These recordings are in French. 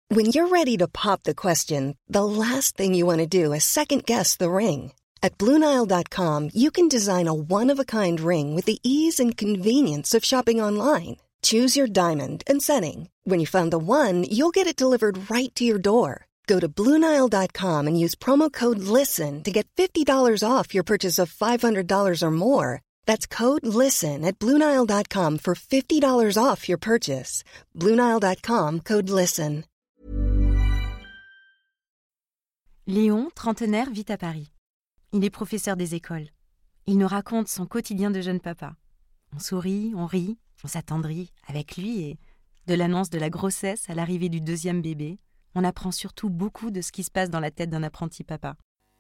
When you're ready to pop the question, the last thing you want to do is second-guess the ring. At BlueNile.com, you can design a one-of-a-kind ring with the ease and convenience of shopping online. Choose your diamond and setting. When you find the one, you'll get it delivered right to your door. Go to BlueNile.com and use promo code LISTEN to get $50 off your purchase of $500 or more. That's code LISTEN at BlueNile.com for $50 off your purchase. BlueNile.com, code LISTEN. Léon, trentenaire, vit à Paris. Il est professeur des écoles. Il nous raconte son quotidien de jeune papa. On sourit, on rit, on s'attendrit avec lui et, de l'annonce de la grossesse à l'arrivée du deuxième bébé, on apprend surtout beaucoup de ce qui se passe dans la tête d'un apprenti papa.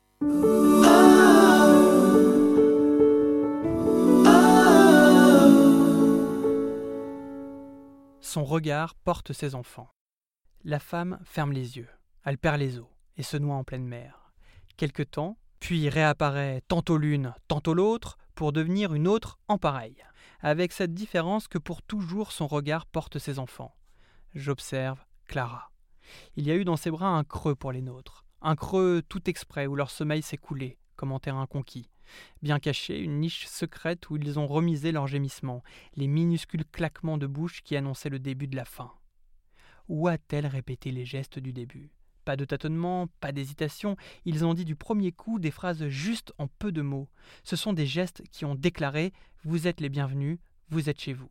Son regard porte ses enfants. La femme ferme les yeux, elle perd les os et se noie en pleine mer. Quelque temps, puis réapparaît tantôt l'une, tantôt l'autre, pour devenir une autre en pareil, avec cette différence que pour toujours son regard porte ses enfants. J'observe Clara. Il y a eu dans ses bras un creux pour les nôtres, un creux tout exprès où leur sommeil s'est coulé, comme en terrain conquis. Bien caché, une niche secrète où ils ont remisé leurs gémissements, les minuscules claquements de bouche qui annonçaient le début de la fin. Où a-t-elle répété les gestes du début ? Pas de tâtonnement, pas d'hésitation, ils ont dit du premier coup des phrases justes en peu de mots. Ce sont des gestes qui ont déclaré « Vous êtes les bienvenus, vous êtes chez vous ».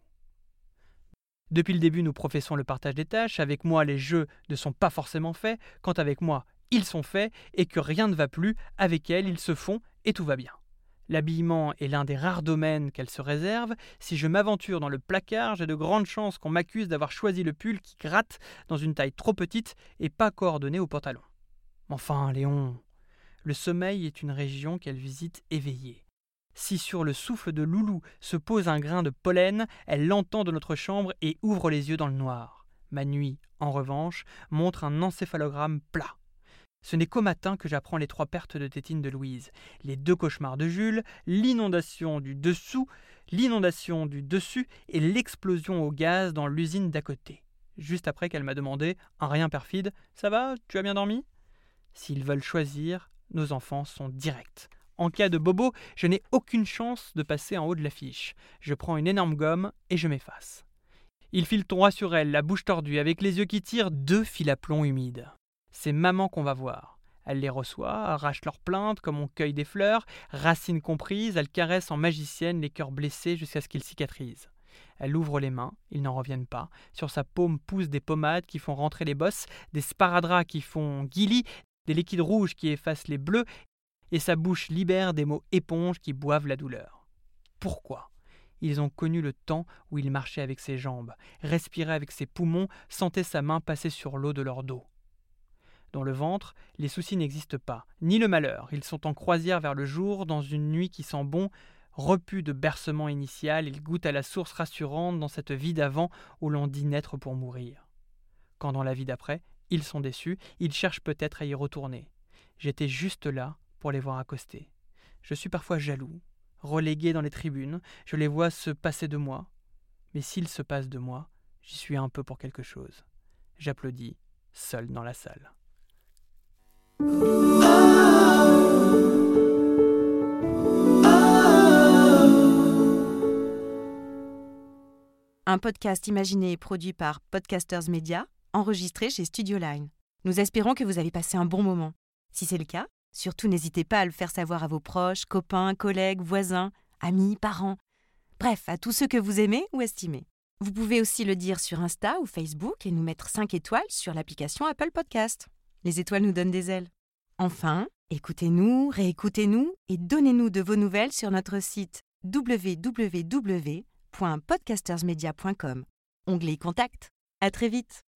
Depuis le début, nous professons le partage des tâches. Avec moi, les jeux ne sont pas forcément faits. Quand avec moi, ils sont faits et que rien ne va plus, avec elle, ils se font et tout va bien. L'habillement est l'un des rares domaines qu'elle se réserve. Si je m'aventure dans le placard, j'ai de grandes chances qu'on m'accuse d'avoir choisi le pull qui gratte dans une taille trop petite et pas coordonnée au pantalon. Enfin, Léon, le sommeil est une région qu'elle visite éveillée. Si sur le souffle de Loulou se pose un grain de pollen, elle l'entend de notre chambre et ouvre les yeux dans le noir. Ma nuit, en revanche, montre un encéphalogramme plat. Ce n'est qu'au matin que j'apprends les 3 pertes de tétine de Louise, les 2 cauchemars de Jules, l'inondation du dessous, l'inondation du dessus et l'explosion au gaz dans l'usine d'à côté. Juste après qu'elle m'a demandé, un rien perfide, « Ça va, tu as bien dormi ?» S'ils veulent choisir, nos enfants sont directs. En cas de bobo, je n'ai aucune chance de passer en haut de l'affiche. Je prends une énorme gomme et je m'efface. Ils filent droit sur elle, la bouche tordue, avec les yeux qui tirent 2 fils à plomb humides. C'est maman qu'on va voir. Elle les reçoit, arrache leurs plaintes comme on cueille des fleurs, racines comprises, elle caresse en magicienne les cœurs blessés jusqu'à ce qu'ils cicatrisent. Elle ouvre les mains, ils n'en reviennent pas. Sur sa paume poussent des pommades qui font rentrer les bosses, des sparadraps qui font guilis, des liquides rouges qui effacent les bleus, et sa bouche libère des mots éponges qui boivent la douleur. Pourquoi ? Ils ont connu le temps où il marchait avec ses jambes, respirait avec ses poumons, sentait sa main passer sur l'eau de leur dos. Dans le ventre, les soucis n'existent pas, ni le malheur. Ils sont en croisière vers le jour, dans une nuit qui sent bon. Repus de bercement initial, ils goûtent à la source rassurante dans cette vie d'avant où l'on dit naître pour mourir. Quand dans la vie d'après, ils sont déçus, ils cherchent peut-être à y retourner. J'étais juste là pour les voir accoster. Je suis parfois jaloux, relégué dans les tribunes, je les vois se passer de moi. Mais s'ils se passent de moi, j'y suis un peu pour quelque chose. J'applaudis, seul dans la salle. Un podcast imaginé et produit par Podcasters Media, enregistré chez Studio Line. Nous espérons que vous avez passé un bon moment. Si c'est le cas, surtout n'hésitez pas à le faire savoir à vos proches, copains, collègues, voisins, amis, parents. Bref, à tous ceux que vous aimez ou estimez. Vous pouvez aussi le dire sur Insta ou Facebook et nous mettre 5 étoiles sur l'application Apple Podcast. Les étoiles nous donnent des ailes. Enfin, écoutez-nous, réécoutez-nous et donnez-nous de vos nouvelles sur notre site www.podcastersmedia.com. Onglet Contact. À très vite.